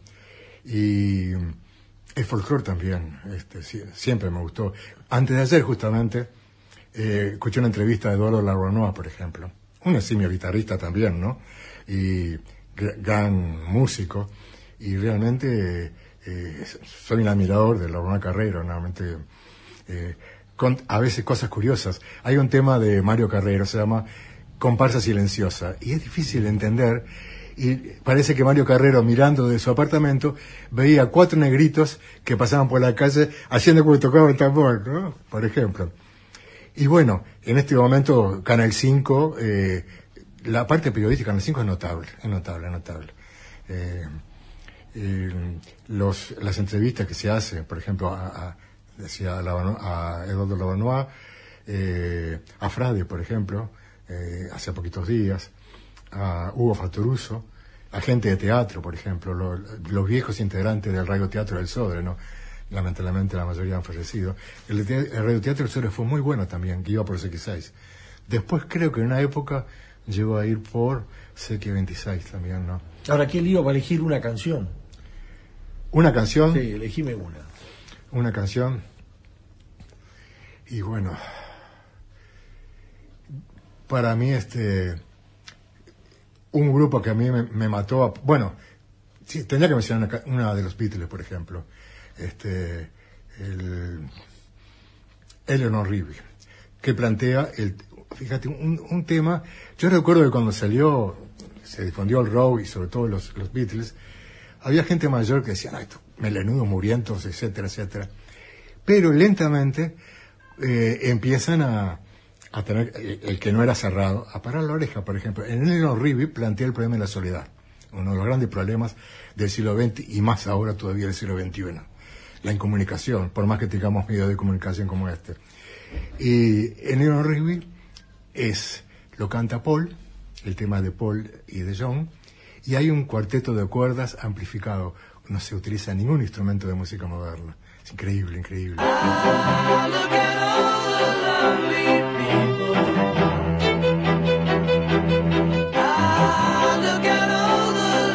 Y el folclore también, este, siempre me gustó. Antes de ayer, justamente, eh, escuché una entrevista de Eduardo Larronois, por ejemplo. Un eximio guitarrista también, ¿no? Y gran músico. Y realmente eh, soy un admirador de Larronois Carrero, realmente. Eh, con a veces cosas curiosas. Hay un tema de Mario Carrero, se llama Comparsa Silenciosa. Y es difícil de entender. Y parece que Mario Carrero, mirando de su apartamento, veía cuatro negritos que pasaban por la calle haciendo como tocaban el tambor, ¿no? Por ejemplo. Y bueno, en este momento, Canal cinco, eh, la parte periodística de Canal cinco es notable, es notable, es notable. Eh, eh, los, las entrevistas que se hacen, por ejemplo, a, a, decía a, Lavano, a Eduardo Larronois, eh, a Frade, por ejemplo, eh, hace poquitos días, a Hugo Fattoruso, a gente de teatro, por ejemplo, lo, los viejos integrantes del radioteatro del Sodre, ¿no? Lamentablemente la mayoría han fallecido. El, el radioteatro del Sodre fue muy bueno también, que iba por C X seis. Después creo que en una época llegó a ir por C X veintiséis también, ¿no? Ahora, qué lío para elegir una canción. ¿Una canción? Sí, elegime una. Una canción. Y bueno, para mí este... un grupo que a mí me, me mató, a, bueno, sí, tendría que mencionar una, una de los Beatles, por ejemplo, este, el Eleanor Rigby, que plantea, el, fíjate, un, un tema, yo recuerdo que cuando salió, se difundió el rock y sobre todo los, los Beatles, había gente mayor que decía, no, estos melenudos murientos, etcétera, etcétera, pero lentamente eh, empiezan a a tener, el que no era cerrado, a parar la oreja, por ejemplo. En Eleanor Rigby plantea el problema de la soledad, uno de los grandes problemas del siglo veinte y más ahora todavía del siglo veintiuno. La incomunicación, por más que tengamos medios de comunicación como este. Y en Eleanor Rigby es, lo canta Paul, el tema de Paul y de John, y hay un cuarteto de cuerdas amplificado. No se utiliza ningún instrumento de música moderna. Es increíble, increíble. Ah, look at all the lovely people. Ah, look at all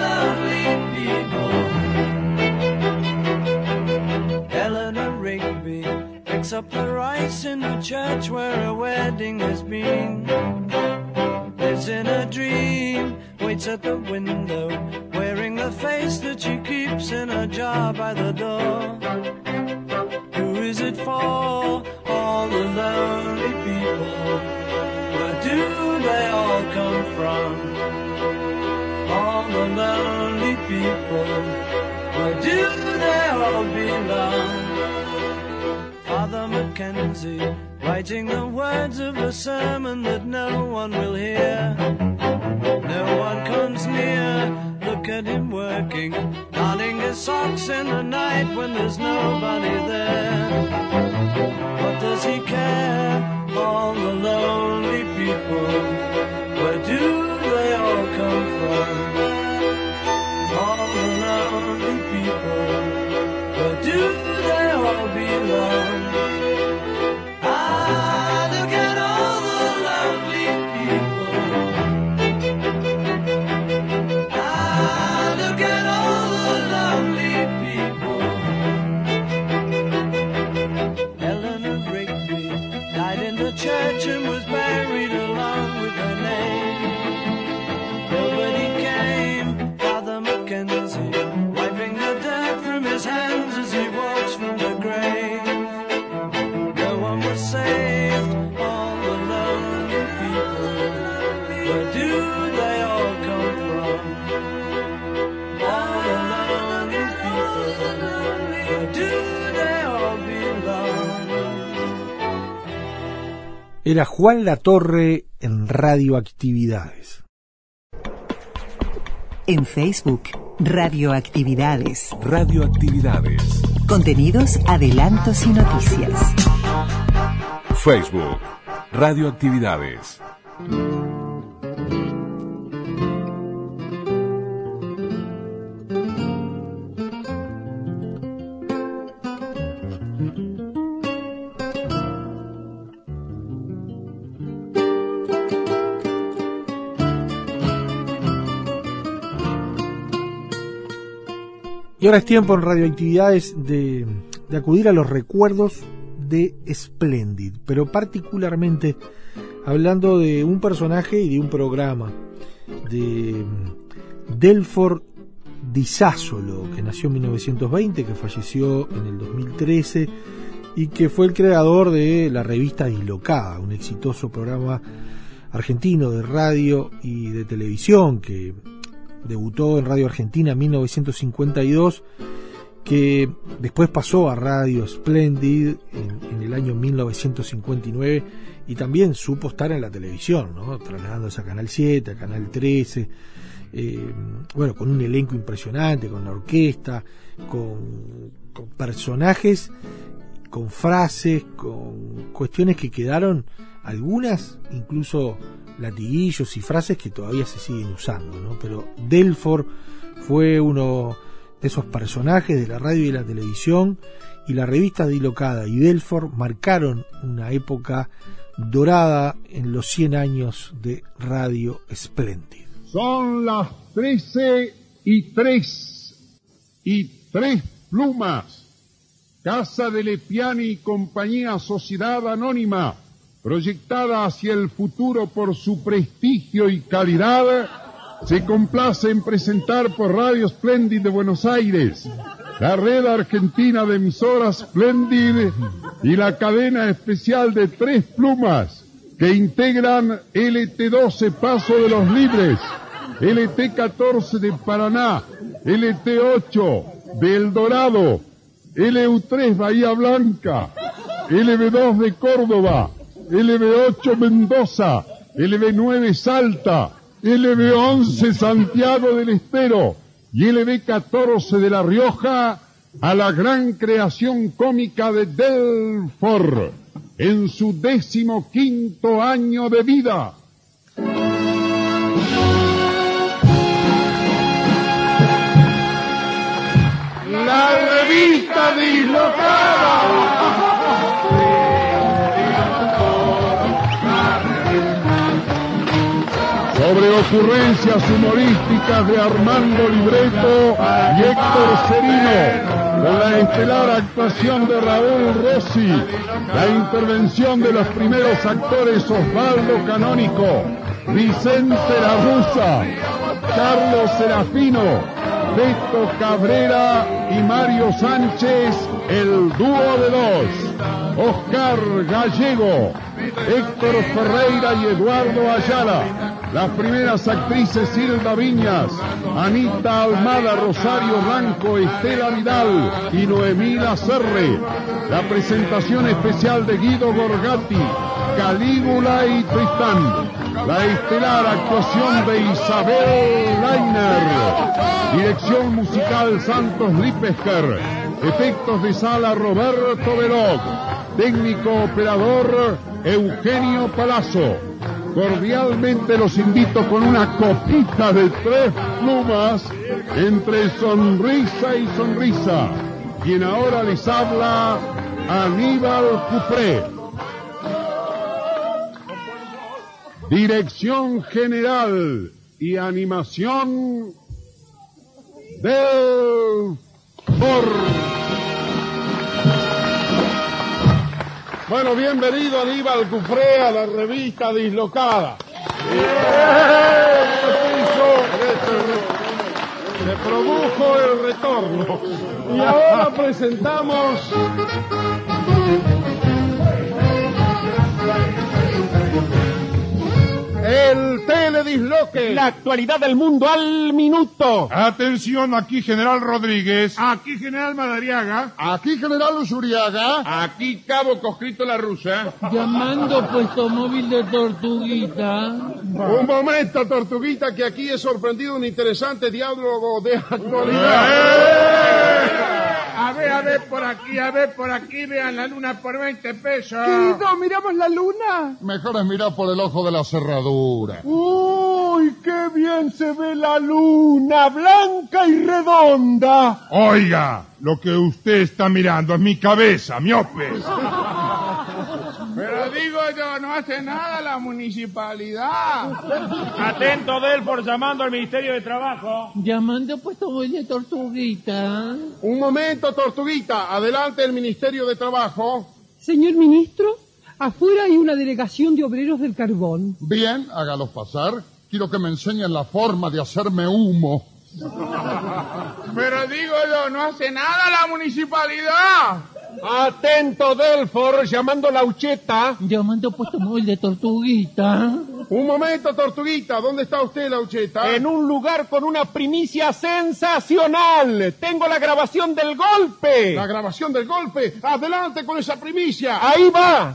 the lovely people. Eleanor Rigby picks up the rice in the church where a wedding has been. Lives in a dream, waits at the window, wearing the face that she keeps in a jar by the door. Who is it for? All the lonely people. Where do they all come from? All the lonely people. Where do they all belong? Father Mackenzie, writing the words of a sermon that no one will hear. No one comes near. Look at him working, darning his socks in the night when there's nobody there. What does he care? All the lonely people. Where do they all come from? Where do they all come from? All the lonely people, where do they all belong? Era Juan Latorre en Radioactividades. En Facebook, Radioactividades. Radioactividades. Contenidos, adelantos y noticias. Facebook, Radioactividades. Y ahora es tiempo en Radioactividades de, de acudir a los recuerdos de Splendid, pero particularmente hablando de un personaje y de un programa, de Delfor Di Sassolo, que nació en mil novecientos veinte, que falleció en el dos mil trece y que fue el creador de la revista Dislocada, un exitoso programa argentino de radio y de televisión que debutó en Radio Argentina en mil novecientos cincuenta y dos, que después pasó a Radio Splendid en, en el año mil novecientos cincuenta y nueve y también supo estar en la televisión, ¿no? Trasladándose a Canal siete, a Canal trece, eh, bueno, con un elenco impresionante, con la orquesta, con, con personajes, con frases, con cuestiones que quedaron, algunas incluso latiguillos y frases que todavía se siguen usando, ¿no? Pero Delfor fue uno de esos personajes de la radio y la televisión, y la revista Dislocada y Delfor marcaron una época dorada en los cien años de Radio Splendid. Son las trece y tres y tres plumas. Casa de Lepiani y compañía, sociedad anónima, proyectada hacia el futuro por su prestigio y calidad, se complace en presentar por Radio Splendid de Buenos Aires, la red argentina de emisoras Splendid y la cadena especial de Tres Plumas, que integran L T doce Paso de los Libres, L T catorce de Paraná, L T ocho de El Dorado, L U tres Bahía Blanca, L B dos de Córdoba, L B ocho Mendoza, L B nueve Salta, L B once Santiago del Estero y L B catorce de La Rioja, a la gran creación cómica de Delfor en su décimo quinto año de vida. La revista Dislocada. Sobre ocurrencias humorísticas de Armando Libreto y Héctor Serino, con la estelar actuación de Raúl Rossi, la intervención de los primeros actores Osvaldo Canónico, Vicente La Russa, Carlos Serafino, Beto Cabrera y Mario Sánchez, el dúo de dos, Oscar Gallego, Héctor Ferreira y Eduardo Ayala. Las primeras actrices Hilda Viñas, Anita Almada, Rosario Blanco, Estela Vidal y Noemí Lacerre. La presentación especial de Guido Borgatti, Calígula y Tristán. La estelar actuación de Isabel Lainer. Dirección musical Santos Lipesker. Efectos de sala Roberto Veloc. Técnico operador Eugenio Palazzo. Cordialmente los invito con una copita de Tres Plumas entre sonrisa y sonrisa. Quien ahora les habla, Aníbal Cufré. Dirección general y animación del Por. Bueno, bienvenido Aníbal Cufré a la revista Dislocada. Se produjo el retorno. Y ahora presentamos el tele le disloque. La actualidad del mundo al minuto. Atención, aquí General Rodríguez. Aquí General Madariaga. Aquí General Usuriaga. Aquí Cabo Coscrito la Rusa. Llamando puesto móvil de Tortuguita. Un momento, Tortuguita, que aquí he sorprendido un interesante diálogo de actualidad. A ver, a ver por aquí, a ver por aquí, vean la luna por veinte pesos. Querido, ¿miramos la luna? Mejor es mirar por el ojo de la cerradura. ¡Uy, qué bien se ve la luna, blanca y redonda! Oiga, lo que usted está mirando es mi cabeza, miope. Pero digo yo, no hace nada la municipalidad. Atento, Delfor, llamando al Ministerio de Trabajo. Llamando puesto móvil de Tortuguita. Un momento, Tortuguita, adelante el Ministerio de Trabajo. Señor ministro, afuera hay una delegación de obreros del carbón. Bien, hágalos pasar. Quiero que me enseñen la forma de hacerme humo. Pero digo yo, no hace nada la municipalidad. Atento, Delfor, llamando la Ucheta. Llamando puesto móvil de Tortuguita. Un momento, Tortuguita, ¿dónde está usted, la Ucheta? En un lugar con una primicia sensacional. Tengo la grabación del golpe. ¿La grabación del golpe? Adelante con esa primicia. Ahí va.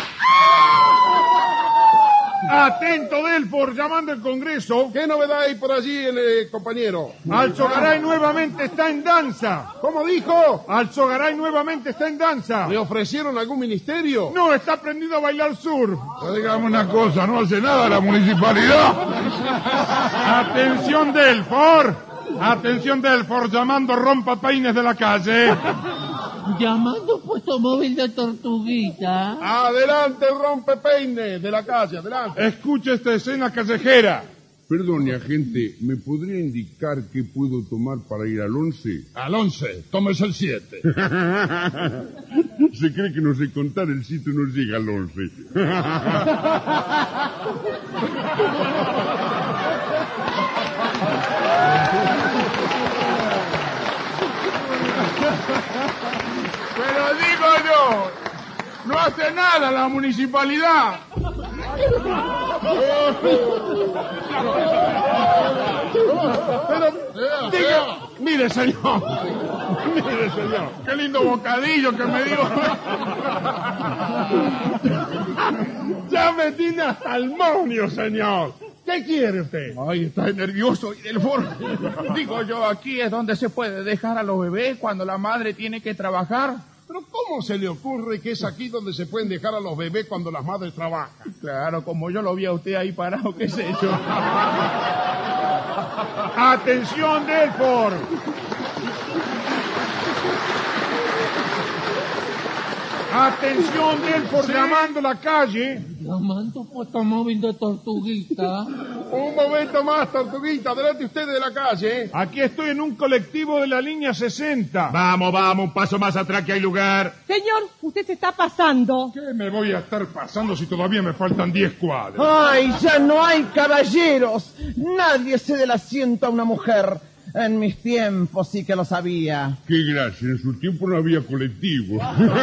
Atento, Delfor, llamando al Congreso. ¿Qué novedad hay por allí, eh, compañero? Alzogaray nuevamente está en danza. ¿Cómo dijo? Alzogaray nuevamente está en danza. ¿Le ofrecieron algún ministerio? No, está aprendiendo a bailar sur. Pero digamos una cosa, no hace nada la municipalidad. Atención, Delfor. Atención, Delfor, llamando rompapeines de la calle. Llamando puesto móvil de Tortuguita. Adelante, rompepeine de la calle, adelante. Escucha esta escena callejera. Perdone, agente, ¿me podría indicar qué puedo tomar para ir al once? Al once, tomes el siete. Se cree que no sé contar, el sitio no llega al once. Pero digo yo, no hace nada la municipalidad. Pero, diga, mire, señor, mire, señor, qué lindo bocadillo que me dio. Ya me tiene hasta el monio, señor. ¿Qué quiere usted? Ay, está nervioso y del foro. Digo yo, aquí es donde se puede dejar a los bebés cuando la madre tiene que trabajar. Pero ¿cómo se le ocurre que es aquí donde se pueden dejar a los bebés cuando las madres trabajan? Claro, como yo lo vi a usted ahí parado, qué sé yo. ¡Atención, Delfor! ¡Atención, Delfor, ¿sí? Llamando la calle! Llamando puesto móvil de Tortuguita. Un momento más, Tortuguita, adelante usted de la calle. Aquí estoy en un colectivo de la línea sesenta. Vamos, vamos, un paso más atrás que hay lugar. Señor, usted se está pasando. ¿Qué me voy a estar pasando si todavía me faltan diez cuadras? ¡Ay, ya no hay caballeros! Nadie cede el asiento a una mujer. En mis tiempos sí que lo sabía. Qué gracia, en su tiempo no había colectivo.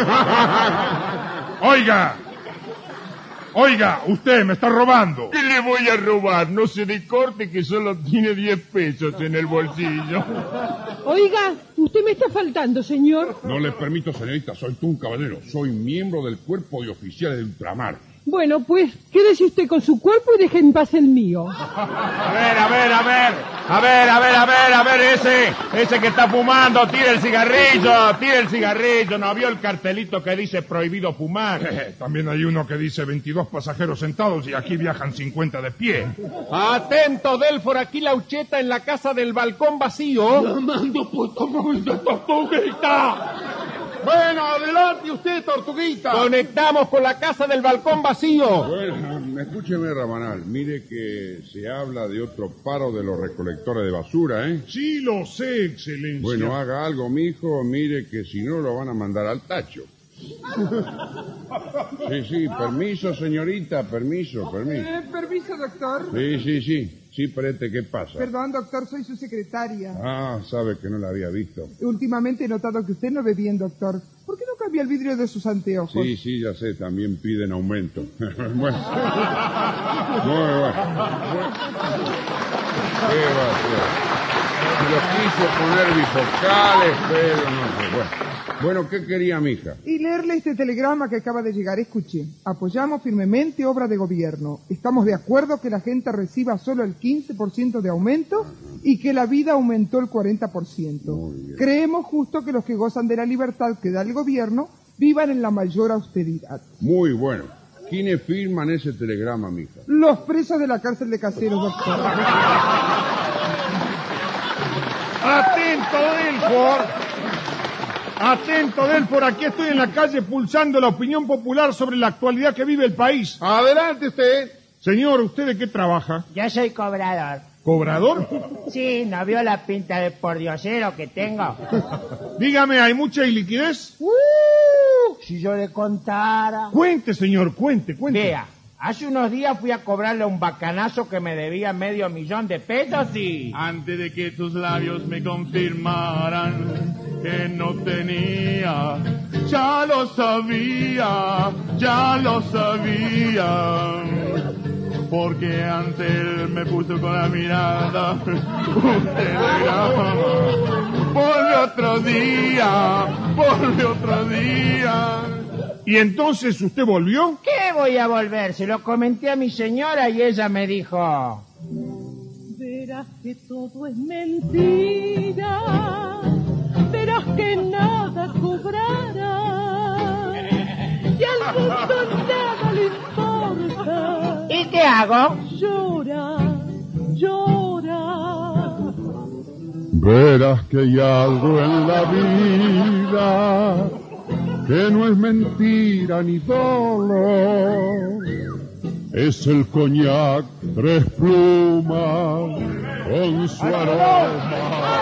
Oiga, oiga, usted me está robando. ¿Qué le voy a robar? No se dé corte que solo tiene diez pesos en el bolsillo. Oiga, usted me está faltando, señor. No le permito, señorita, soy tú un caballero. Soy miembro del cuerpo de oficiales de ultramar. Bueno, pues, quédese usted con su cuerpo y deje en paz el mío. A ver, a ver, a ver, a ver, a ver, a ver, a ver, ese, ese que está fumando, tire el cigarrillo, tire el cigarrillo, ¿no vio el cartelito que dice prohibido fumar? También hay uno que dice veintidós pasajeros sentados y aquí viajan cincuenta de pie. Atento, Delfor, aquí la Ucheta en la casa del balcón vacío. Llamando puto móvil de Tortuguita. Bueno, adelante usted, Tortuguita. Conectamos con la casa del balcón vacío. Bueno, escúcheme, Rabanal. Mire que se habla de otro paro de los recolectores de basura, ¿eh? Sí, lo sé, excelencia. Bueno, haga algo, mijo. Mire que si no lo van a mandar al tacho. Sí, sí, permiso, señorita, permiso, permiso. Eh, permiso, doctor. Sí, sí, sí. Sí, Perete, ¿qué pasa? Perdón, doctor, soy su secretaria. Ah, sabe que no la había visto. Últimamente he notado que usted no ve bien, doctor. ¿por qué no cambia el vidrio de sus anteojos? Sí, sí, ya sé, también piden aumento. Bueno. Muy bueno. ¿Qué va a hacer? Me lo quiso poner bifocales, pero no sé. Bueno. Bueno, ¿qué quería mi hija? Y leerle este telegrama que acaba de llegar. Escuché. Apoyamos firmemente obra de gobierno. Estamos de acuerdo que la gente reciba solo el quince por ciento de aumento y que la vida aumentó el cuarenta por ciento. Creemos justo que los que gozan de la libertad que da el gobierno vivan en la mayor austeridad. Muy bueno. ¿Quiénes firman ese telegrama, mija? Los presos de la cárcel de Caseros, doctor. Atento, Delfor. Atento, Delfor. Aquí estoy en la calle pulsando la opinión popular sobre la actualidad que vive el país. Adelante usted. Señor, ¿usted de qué trabaja? Yo soy cobrador. ¿Cobrador? Sí, ¿no vio la pinta de pordiosero que tengo? Dígame, ¿hay mucha iliquidez? Uh, si yo le contara... Cuente, señor, cuente, cuente. Vea, hace unos días fui a cobrarle a un bacanazo que me debía medio millón de pesos y... Antes de que tus labios me confirmaran que no tenía, ya lo sabía, ya lo sabía. Porque ante él me puso con la mirada un telegrama. Ponle otro día, ponle otro día. ¿Y entonces usted volvió? ¿Qué voy a volver? Se lo comenté a mi señora y ella me dijo... Verás que todo es mentira, verás que nada cobrará, y al mundo nada le importa. ¿Y qué hago? Llora, llora. Verás que hay algo en la vida que no es mentira ni dolor. Es el coñac Tres Plumas con su aroma.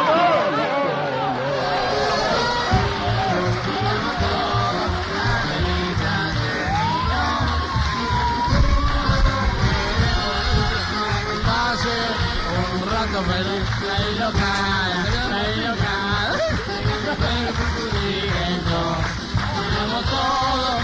Un rato feliz, ahí lo cae, ahí lo cae, como todos,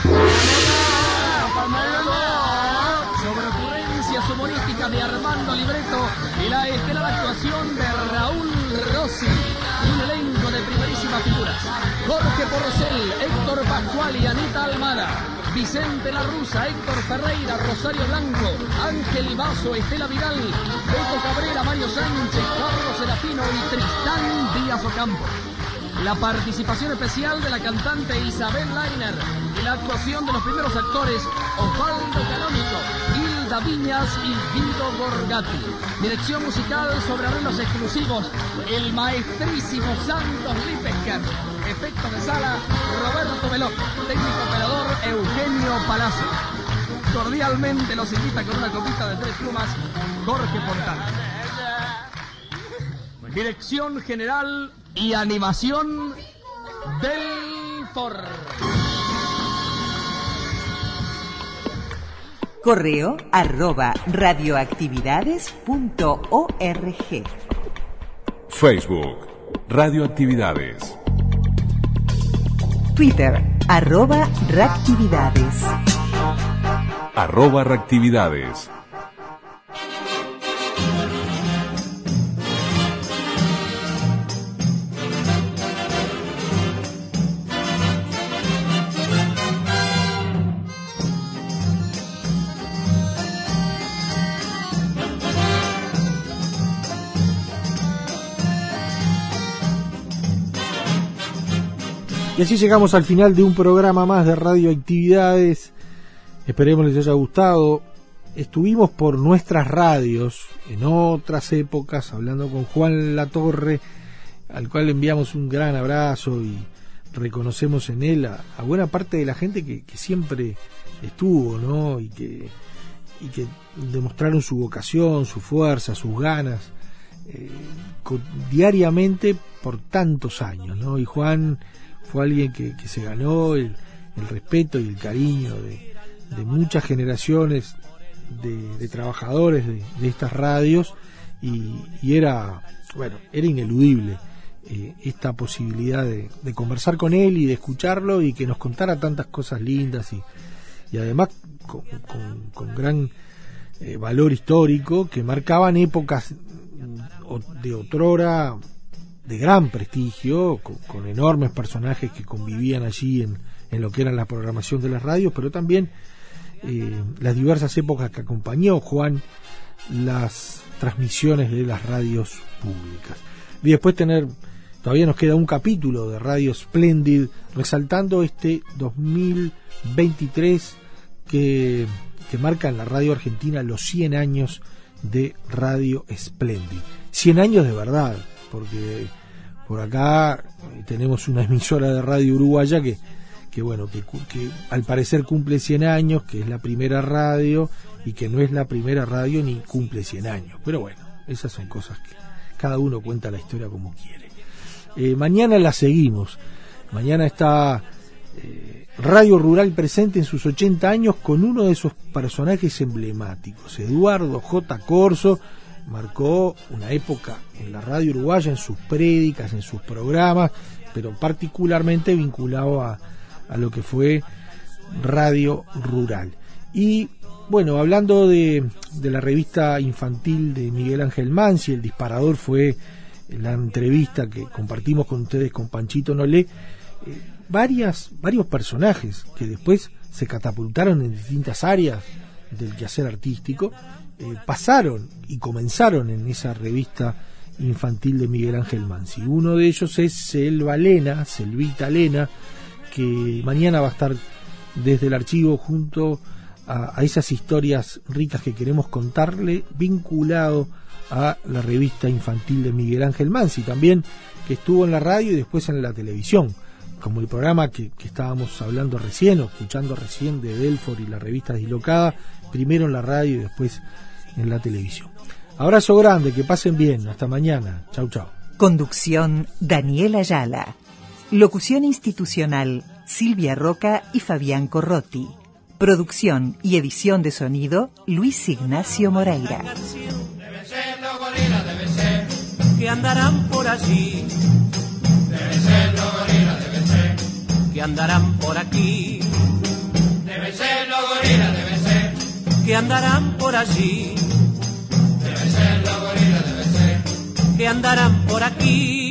sobre ocurrencias humorísticas de Armando Libreto y la estelar actuación de Raúl Rossi, un elenco de primerísimas figuras: Jorge Porcel, Héctor Pascual y Anita Almada, Vicente La Russa, Héctor Ferreira, Rosario Blanco, Ángel Ibazo, Estela Vidal, Beto Cabrera, Mario Sánchez, Carlos Serafino y Tristán Díaz Ocampo. La participación especial de la cantante Isabel Lainer y la actuación de los primeros actores Osvaldo Canónico, Hilda Viñas y Guido Borgatti. Dirección musical sobre arreglos exclusivos, el maestrísimo Santos Lipesker. Efectos de sala, Roberto Veloc. Técnico operador, Eugenio Palazzo. Cordialmente los invita con una copita de Tres Plumas, Jorge Fontana. Dirección general y animación Delfor. Correo arroba radioactividades punto org. Facebook, Radioactividades. Twitter, arroba reactividades. Arroba reactividades. Y así llegamos al final de un programa más de Radioactividades. Esperemos les haya gustado. Estuvimos por nuestras radios en otras épocas hablando con Juan Latorre, al cual enviamos un gran abrazo y reconocemos en él a, a buena parte de la gente que, que siempre estuvo, ¿no? Y que, y que demostraron su vocación, su fuerza, sus ganas eh, con, diariamente por tantos años, ¿no? Y Juan fue alguien que, que se ganó el, el respeto y el cariño de, de muchas generaciones de, de trabajadores de, de estas radios y, y era, bueno, era ineludible eh, esta posibilidad de, de conversar con él y de escucharlo y que nos contara tantas cosas lindas y, y además con, con, con gran eh, valor histórico, que marcaban épocas de otrora de gran prestigio, con, con enormes personajes que convivían allí en, en lo que era la programación de las radios, pero también eh, las diversas épocas que acompañó Juan las transmisiones de las radios públicas. Y después tener, todavía nos queda un capítulo de Radio Splendid, resaltando este dos mil veintitrés que, que marca en la radio argentina los cien años de Radio Splendid. cien años de verdad, porque por acá tenemos una emisora de radio uruguaya que, que bueno, que, que al parecer cumple cien años, que es la primera radio, y que no es la primera radio ni cumple cien años. Pero bueno, esas son cosas que cada uno cuenta la historia como quiere. Eh, mañana la seguimos. Mañana está eh, Radio Rural presente en sus ochenta años con uno de esos personajes emblemáticos. Eduardo J. Corso marcó una época en la radio uruguaya, en sus prédicas, en sus programas, pero particularmente vinculado a, a lo que fue Radio Rural. Y bueno, hablando de, de la revista infantil de Miguel Ángel Mansi, el disparador fue la entrevista que compartimos con ustedes con Panchito Nolé, eh, varias, varios personajes que después se catapultaron en distintas áreas del quehacer artístico, eh, pasaron y comenzaron en esa revista infantil de Miguel Ángel Mansi. Uno de ellos es Selva Lena, Selvita Lena, que mañana va a estar desde el archivo junto a, a esas historias ricas que queremos contarle, vinculado a la revista infantil de Miguel Ángel Mansi, también que estuvo en la radio y después en la televisión, como el programa que, que estábamos hablando recién, o escuchando recién, de Belfort y la revista Dislocada, primero en la radio y después en la televisión. Abrazo grande, que pasen bien, hasta mañana, chau chau. Conducción Daniel Ayala. Locución institucional Silvia Roca y Fabián Corrotti. Producción y edición de sonido Luis Ignacio Moreira. Que andarán por allí, debe ser los gorilas, debe ser, que andarán por aquí, debe ser los gorilas, debe ser, que andarán por allí, debe ser los gorilas, debe ser, que andarán por aquí.